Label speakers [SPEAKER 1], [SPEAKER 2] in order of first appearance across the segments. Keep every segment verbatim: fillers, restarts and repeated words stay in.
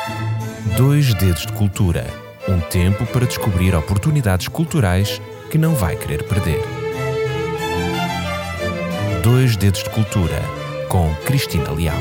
[SPEAKER 1] Dois Dedos de Cultura. Um tempo para descobrir oportunidades culturais que não vai querer perder. Dois Dedos de Cultura, com Cristina Leal.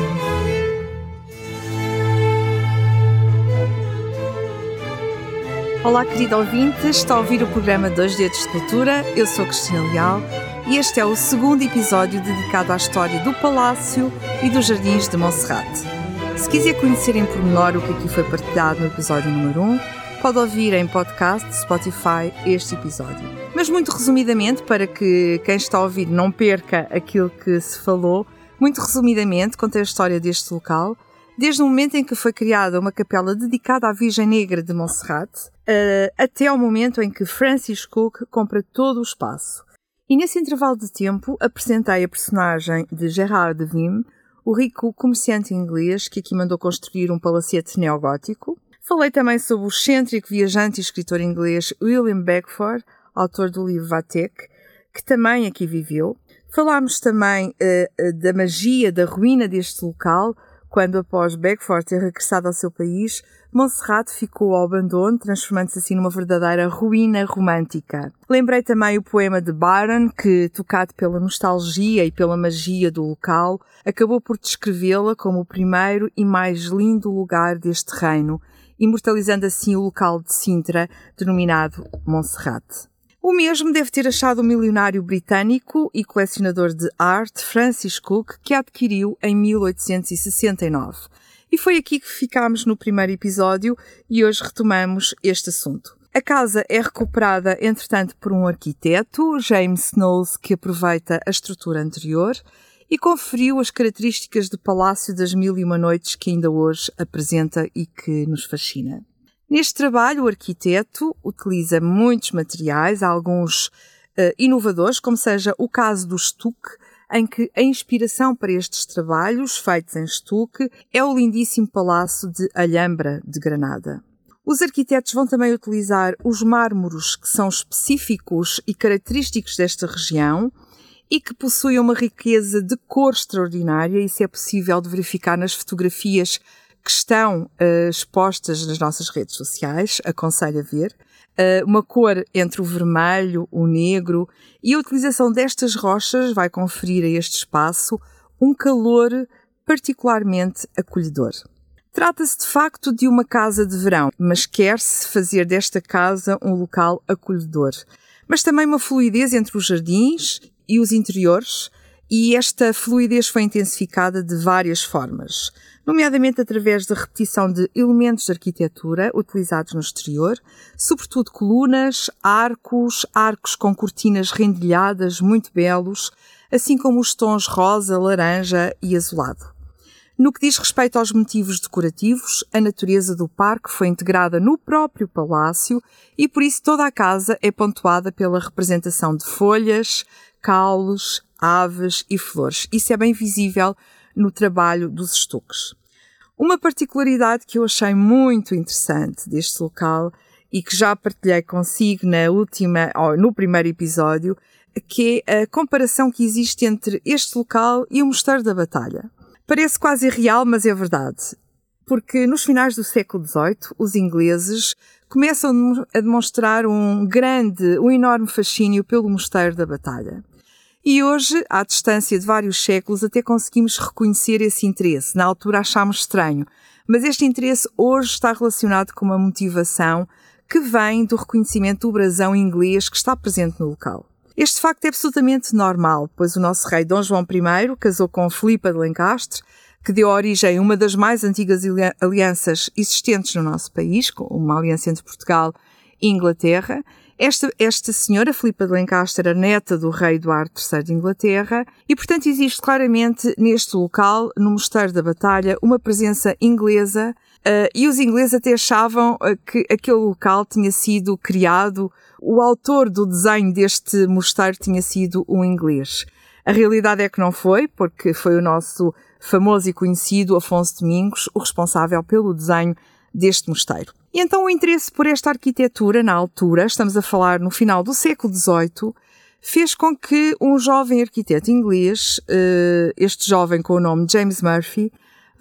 [SPEAKER 2] Olá, querido ouvinte, está a ouvir o programa Dois Dedos de Cultura. Eu sou Cristina Leal e este é o segundo episódio dedicado à história do Palácio e dos Jardins de Monserrate. Se quiser conhecer em pormenor o que aqui foi partilhado no episódio número um, pode ouvir em podcast, Spotify, este episódio. Mas muito resumidamente, para que quem está a ouvir não perca aquilo que se falou, muito resumidamente contei a história deste local, desde o momento em que foi criada uma capela dedicada à Virgem Negra de Monserrate, uh, até ao momento em que Francis Cook compra todo o espaço. E nesse intervalo de tempo apresentei a personagem de Gerard de Vimy, o rico comerciante inglês que aqui mandou construir um palacete neogótico. Falei também sobre o excêntrico viajante e escritor inglês William Beckford, autor do livro Vathek, que também aqui viveu. Falámos também uh, da magia da ruína deste local, quando após Beckford ter regressado ao seu país, Monserrate ficou ao abandono, transformando-se assim numa verdadeira ruína romântica. Lembrei também o poema de Byron, que, tocado pela nostalgia e pela magia do local, acabou por descrevê-la como o primeiro e mais lindo lugar deste reino, imortalizando assim o local de Sintra, denominado Monserrate. O mesmo deve ter achado o milionário britânico e colecionador de arte Francis Cook, que a adquiriu em mil oitocentos e sessenta e nove. E foi aqui que ficámos no primeiro episódio e hoje retomamos este assunto. A casa é recuperada, entretanto, por um arquiteto, James Knowles, que aproveita a estrutura anterior e conferiu as características de Palácio das Mil e Uma Noites que ainda hoje apresenta e que nos fascina. Neste trabalho, o arquiteto utiliza muitos materiais, alguns uh, inovadores, como seja o caso do estuque, em que a inspiração para estes trabalhos, feitos em estuque, é o lindíssimo Palácio de Alhambra de Granada. Os arquitetos vão também utilizar os mármores que são específicos e característicos desta região e que possuem uma riqueza de cor extraordinária. Isso é possível de verificar nas fotografias que estão uh, expostas nas nossas redes sociais, aconselho a ver, uh, uma cor entre o vermelho, o negro, e a utilização destas rochas vai conferir a este espaço um calor particularmente acolhedor. Trata-se de facto de uma casa de verão, mas quer-se fazer desta casa um local acolhedor, mas também uma fluidez entre os jardins e os interiores, e esta fluidez foi intensificada de várias formas, nomeadamente através da repetição de elementos de arquitetura utilizados no exterior, sobretudo colunas, arcos, arcos com cortinas rendilhadas muito belos, assim como os tons rosa, laranja e azulado. No que diz respeito aos motivos decorativos, a natureza do parque foi integrada no próprio palácio e por isso toda a casa é pontuada pela representação de folhas, caules, aves e flores. Isso é bem visível no trabalho dos estuques. Uma particularidade que eu achei muito interessante deste local e que já partilhei consigo na última, ou no primeiro episódio, que é a comparação que existe entre este local e o Mosteiro da Batalha. Parece quase irreal, mas é verdade, porque nos finais do século dezoito, os ingleses começam a demonstrar um grande, um enorme fascínio pelo Mosteiro da Batalha. E hoje, à distância de vários séculos, até conseguimos reconhecer esse interesse. Na altura achámos estranho, mas este interesse hoje está relacionado com uma motivação que vem do reconhecimento do brasão inglês que está presente no local. Este facto é absolutamente normal, pois o nosso rei Dom João I casou com Filipa de Lencastre, que deu origem a uma das mais antigas alianças existentes no nosso país, uma aliança entre Portugal e Inglaterra. Esta, esta senhora, Filipa de Lencastre, era neta do rei Eduardo terceiro de Inglaterra e, portanto, existe claramente neste local, no Mosteiro da Batalha, uma presença inglesa uh, e os ingleses até achavam uh, que aquele local tinha sido criado, o autor do desenho deste mosteiro tinha sido um inglês. A realidade é que não foi, porque foi o nosso famoso e conhecido Afonso Domingos, o responsável pelo desenho deste mosteiro. E então o interesse por esta arquitetura, na altura, estamos a falar no final do século dezoito, fez com que um jovem arquiteto inglês, este jovem com o nome James Murphy,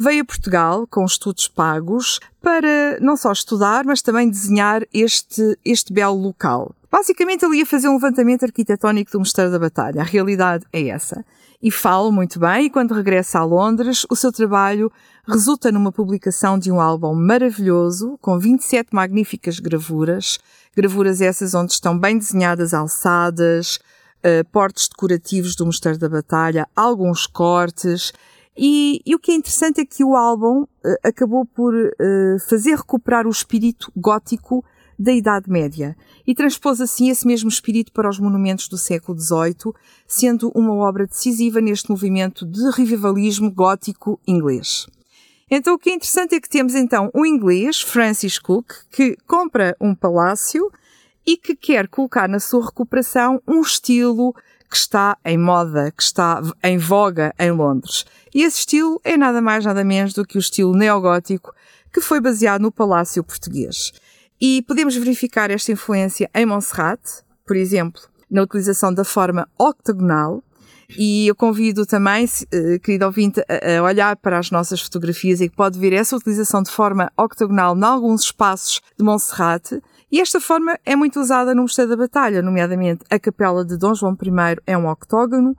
[SPEAKER 2] veio a Portugal com estudos pagos para não só estudar, mas também desenhar este, este belo local. Basicamente ele ia fazer um levantamento arquitetónico do Mosteiro da Batalha. A realidade é essa. E fala muito bem, e quando regressa a Londres, o seu trabalho resulta numa publicação de um álbum maravilhoso, com vinte e sete magníficas gravuras, gravuras essas onde estão bem desenhadas alçadas, uh, portes decorativos do Mosteiro da Batalha, alguns cortes, e, e o que é interessante é que o álbum uh, acabou por uh, fazer recuperar o espírito gótico da Idade Média e transpôs assim esse mesmo espírito para os monumentos do século dezoito, sendo uma obra decisiva neste movimento de revivalismo gótico inglês. Então o que é interessante é que temos então um inglês, Francis Cook, que compra um palácio e que quer colocar na sua recuperação um estilo que está em moda, que está em voga em Londres. E esse estilo é nada mais nada menos do que o estilo neogótico que foi baseado no Palácio Português. E podemos verificar esta influência em Monserrate, por exemplo, na utilização da forma octogonal. E eu convido também, querido ouvinte, a olhar para as nossas fotografias e que pode ver essa utilização de forma octogonal em alguns espaços de Monserrate. E esta forma é muito usada no Mosteiro da Batalha, nomeadamente a capela de Dom João I é um octógono,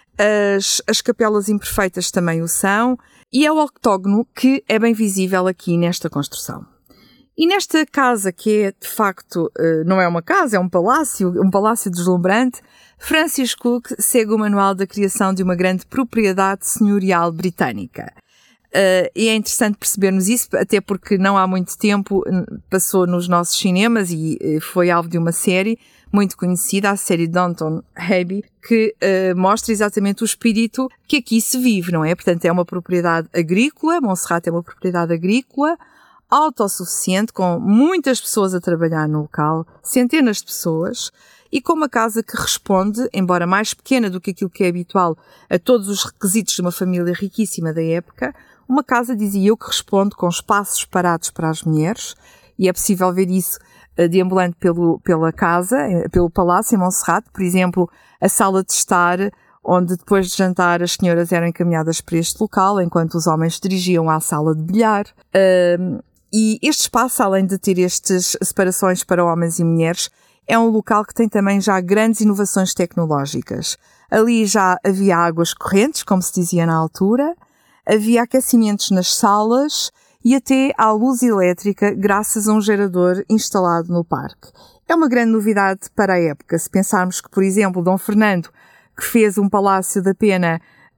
[SPEAKER 2] as, as capelas imperfeitas também o são, e é o octógono que é bem visível aqui nesta construção. E nesta casa, que é de facto, não é uma casa, é um palácio, um palácio deslumbrante, Francis Cook segue o manual da criação de uma grande propriedade senhorial britânica. Uh, e é interessante percebermos isso, até porque não há muito tempo passou nos nossos cinemas e uh, foi alvo de uma série muito conhecida, a série Downton Abbey, que uh, mostra exatamente o espírito que aqui se vive, não é? Portanto, é uma propriedade agrícola, Monserrate é uma propriedade agrícola, autossuficiente, com muitas pessoas a trabalhar no local, centenas de pessoas, e com uma casa que responde, embora mais pequena do que aquilo que é habitual a todos os requisitos de uma família riquíssima da época, uma casa, dizia eu, que responde com espaços parados para as mulheres, e é possível ver isso deambulando pelo, pela casa, pelo palácio em Monserrate, por exemplo, a sala de estar, onde depois de jantar as senhoras eram encaminhadas para este local, enquanto os homens se dirigiam à sala de bilhar. Um, e este espaço, além de ter estas separações para homens e mulheres, é um local que tem também já grandes inovações tecnológicas. Ali já havia águas correntes, como se dizia na altura, havia aquecimentos nas salas e até à luz elétrica graças a um gerador instalado no parque. É uma grande novidade para a época, se pensarmos que, por exemplo, Dom Fernando, que fez um palácio de apenas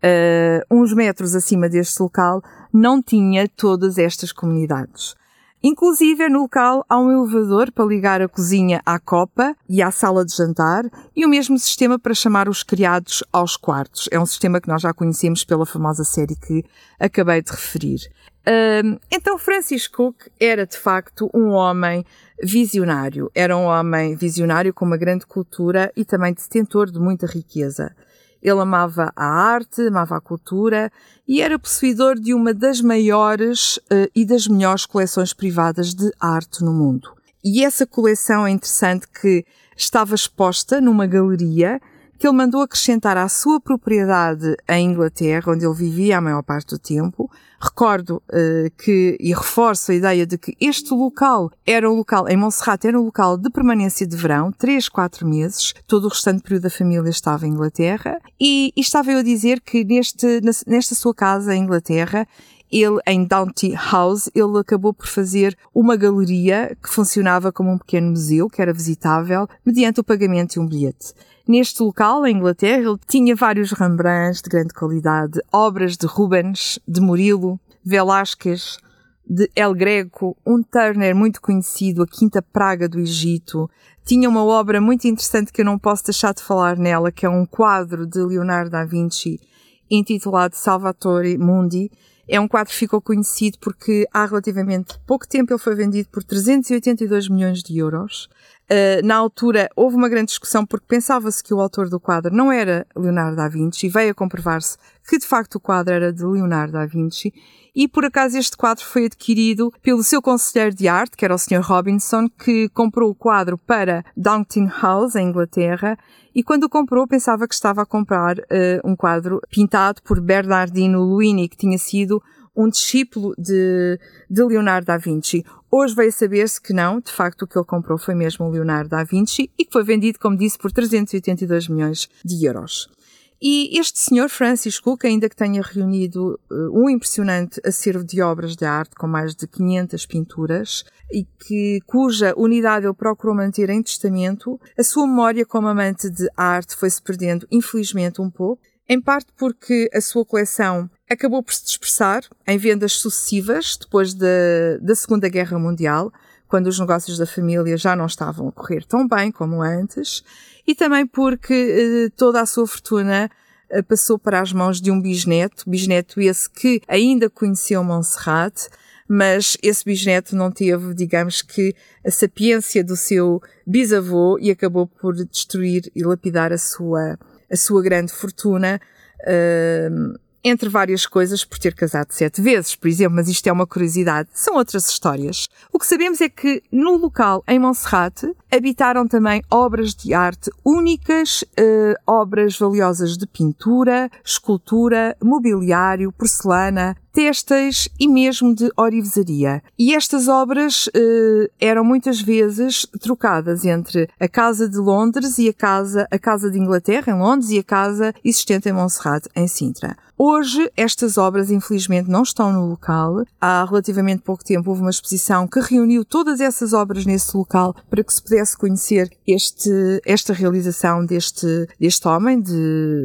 [SPEAKER 2] uh, uns metros acima deste local, não tinha todas estas comunidades. Inclusive, no local há um elevador para ligar a cozinha à copa e à sala de jantar e o mesmo sistema para chamar os criados aos quartos. É um sistema que nós já conhecemos pela famosa série que acabei de referir. Um, então, Francis Cook era, de facto, um homem visionário. Era um homem visionário com uma grande cultura e também detentor de muita riqueza. Ele amava a arte, amava a cultura e era possuidor de uma das maiores uh, e das melhores coleções privadas de arte no mundo. E essa coleção é interessante que estava exposta numa galeria que ele mandou acrescentar à sua propriedade em Inglaterra, onde ele vivia a maior parte do tempo. Recordo uh, que, e reforço a ideia de que este local era um local, em Monserrate, era um local de permanência de verão, três, quatro meses, todo o restante período da família estava em Inglaterra, e, e estava eu a dizer que neste, nesta sua casa em Inglaterra, ele, em Doughty House, ele acabou por fazer uma galeria que funcionava como um pequeno museu, que era visitável, mediante o pagamento de um bilhete. Neste local, em Inglaterra, ele tinha vários Rembrandts de grande qualidade, obras de Rubens, de Murillo, Velázquez, de El Greco, um Turner muito conhecido, a Quinta Praga do Egito. Tinha uma obra muito interessante que eu não posso deixar de falar nela, que é um quadro de Leonardo da Vinci, intitulado Salvatore Mundi. É um quadro que ficou conhecido porque há relativamente pouco tempo ele foi vendido por trezentos e oitenta e dois milhões de euros. Uh, na altura houve uma grande discussão porque pensava-se que o autor do quadro não era Leonardo da Vinci e veio a comprovar-se que de facto o quadro era de Leonardo da Vinci e por acaso este quadro foi adquirido pelo seu conselheiro de arte, que era o senhor Robinson, que comprou o quadro para Doughty House, em Inglaterra, e quando o comprou pensava que estava a comprar uh, um quadro pintado por Bernardino Luini, que tinha sido um discípulo de, de Leonardo da Vinci. Hoje veio a saber-se que não, de facto o que ele comprou foi mesmo o Leonardo da Vinci e que foi vendido, como disse, por trezentos e oitenta e dois milhões de euros. E este senhor, Francis Cook, ainda que tenha reunido uh, um impressionante acervo de obras de arte com mais de quinhentas pinturas e que, cuja unidade ele procurou manter em testamento, a sua memória como amante de arte foi-se perdendo, infelizmente, um pouco, em parte porque a sua coleção acabou por se dispersar em vendas sucessivas depois da, da Segunda Guerra Mundial, quando os negócios da família já não estavam a correr tão bem como antes, e também porque eh, toda a sua fortuna eh, passou para as mãos de um bisneto, bisneto esse que ainda conheceu Montserrat, mas esse bisneto não teve, digamos que, a sapiência do seu bisavô e acabou por destruir e lapidar a sua, a sua grande fortuna, uh, entre várias coisas, por ter casado sete vezes, por exemplo, mas isto é uma curiosidade, são outras histórias. O que sabemos é que no local, em Montserrat, habitaram também obras de arte únicas, eh, obras valiosas de pintura, escultura, mobiliário, porcelana, têxteis e mesmo de orivesaria. E estas obras eh, eram muitas vezes trocadas entre a Casa de Londres e a Casa, a Casa de Inglaterra, em Londres, e a casa existente em Montserrat, em Sintra. Hoje, estas obras, infelizmente, não estão no local. Há relativamente pouco tempo houve uma exposição que reuniu todas essas obras nesse local para que se pudesse conhecer este, esta realização deste, deste homem de,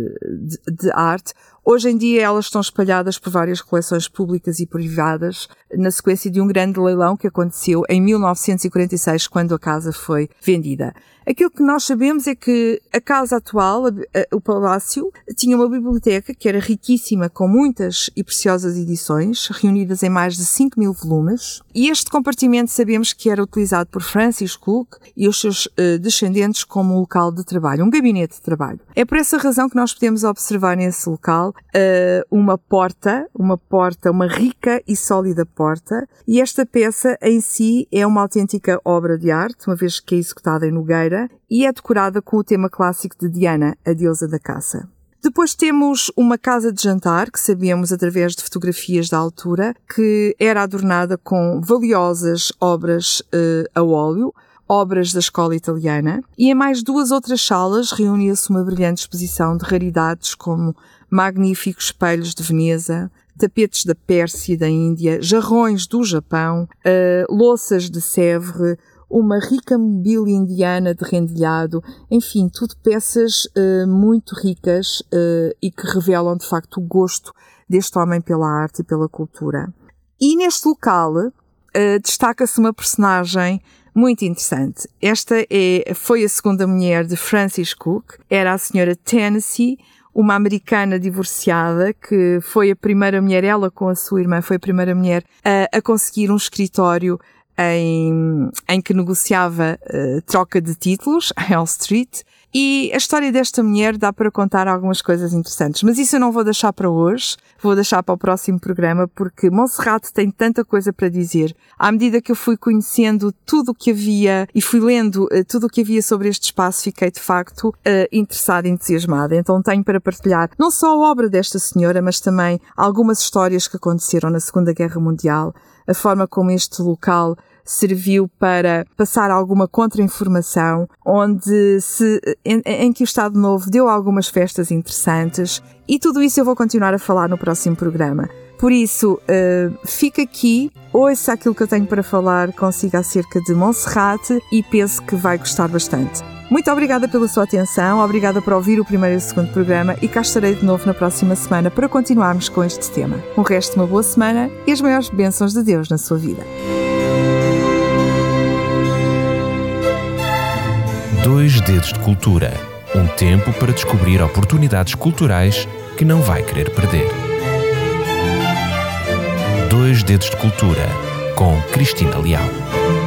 [SPEAKER 2] de, de arte. Hoje em dia elas estão espalhadas por várias coleções públicas e privadas na sequência de um grande leilão que aconteceu em mil novecentos e quarenta e seis, quando a casa foi vendida. Aquilo que nós sabemos é que a casa atual, o palácio, tinha uma biblioteca que era riquíssima, com muitas e preciosas edições, reunidas em mais de cinco mil volumes. E este compartimento sabemos que era utilizado por Francis Cook e os seus uh, descendentes como um local de trabalho, um gabinete de trabalho. É por essa razão que nós podemos observar nesse local uh, uma porta, uma porta, uma rica e sólida porta, e esta peça em si é uma autêntica obra de arte, uma vez que é executada em Nogueira, e é decorada com o tema clássico de Diana, a deusa da caça. Depois temos uma casa de jantar, que sabemos através de fotografias da altura, que era adornada com valiosas obras uh, a óleo, obras da escola italiana, e em mais duas outras salas reunia-se uma brilhante exposição de raridades como magníficos espelhos de Veneza, tapetes da Pérsia e da Índia, jarrões do Japão, uh, louças de Sèvres, uma rica mobília indiana de rendilhado, enfim, tudo peças uh, muito ricas uh, e que revelam de facto o gosto deste homem pela arte e pela cultura. E neste local uh, destaca-se uma personagem muito interessante. Esta é, foi a segunda mulher de Francis Cook, era a senhora Tennessee, uma americana divorciada que foi a primeira mulher, ela com a sua irmã, foi a primeira mulher a, a conseguir um escritório Em, em que negociava uh, troca de títulos, a Hell Street, e a história desta mulher dá para contar algumas coisas interessantes, mas isso eu não vou deixar para hoje, vou deixar para o próximo programa, porque Montserrat tem tanta coisa para dizer. À medida que eu fui conhecendo tudo o que havia e fui lendo uh, tudo o que havia sobre este espaço, fiquei de facto uh, interessada e entusiasmada. Então tenho para partilhar não só a obra desta senhora, mas também algumas histórias que aconteceram na Segunda Guerra Mundial, a forma como este local serviu para passar alguma contra-informação, onde se, em, em que o Estado Novo deu algumas festas interessantes, e tudo isso eu vou continuar a falar no próximo programa. Por isso, uh, fica aqui, ouça aquilo que eu tenho para falar consigo acerca de Montserrat e penso que vai gostar bastante. Muito obrigada pela sua atenção, obrigada por ouvir o primeiro e o segundo programa, e cá estarei de novo na próxima semana para continuarmos com este tema. Um resto de uma boa semana e as maiores bênçãos de Deus na sua vida.
[SPEAKER 1] Dois Dedos de Cultura. Um tempo para descobrir oportunidades culturais que não vai querer perder. Dois Dedos de Cultura, com Cristina Leal.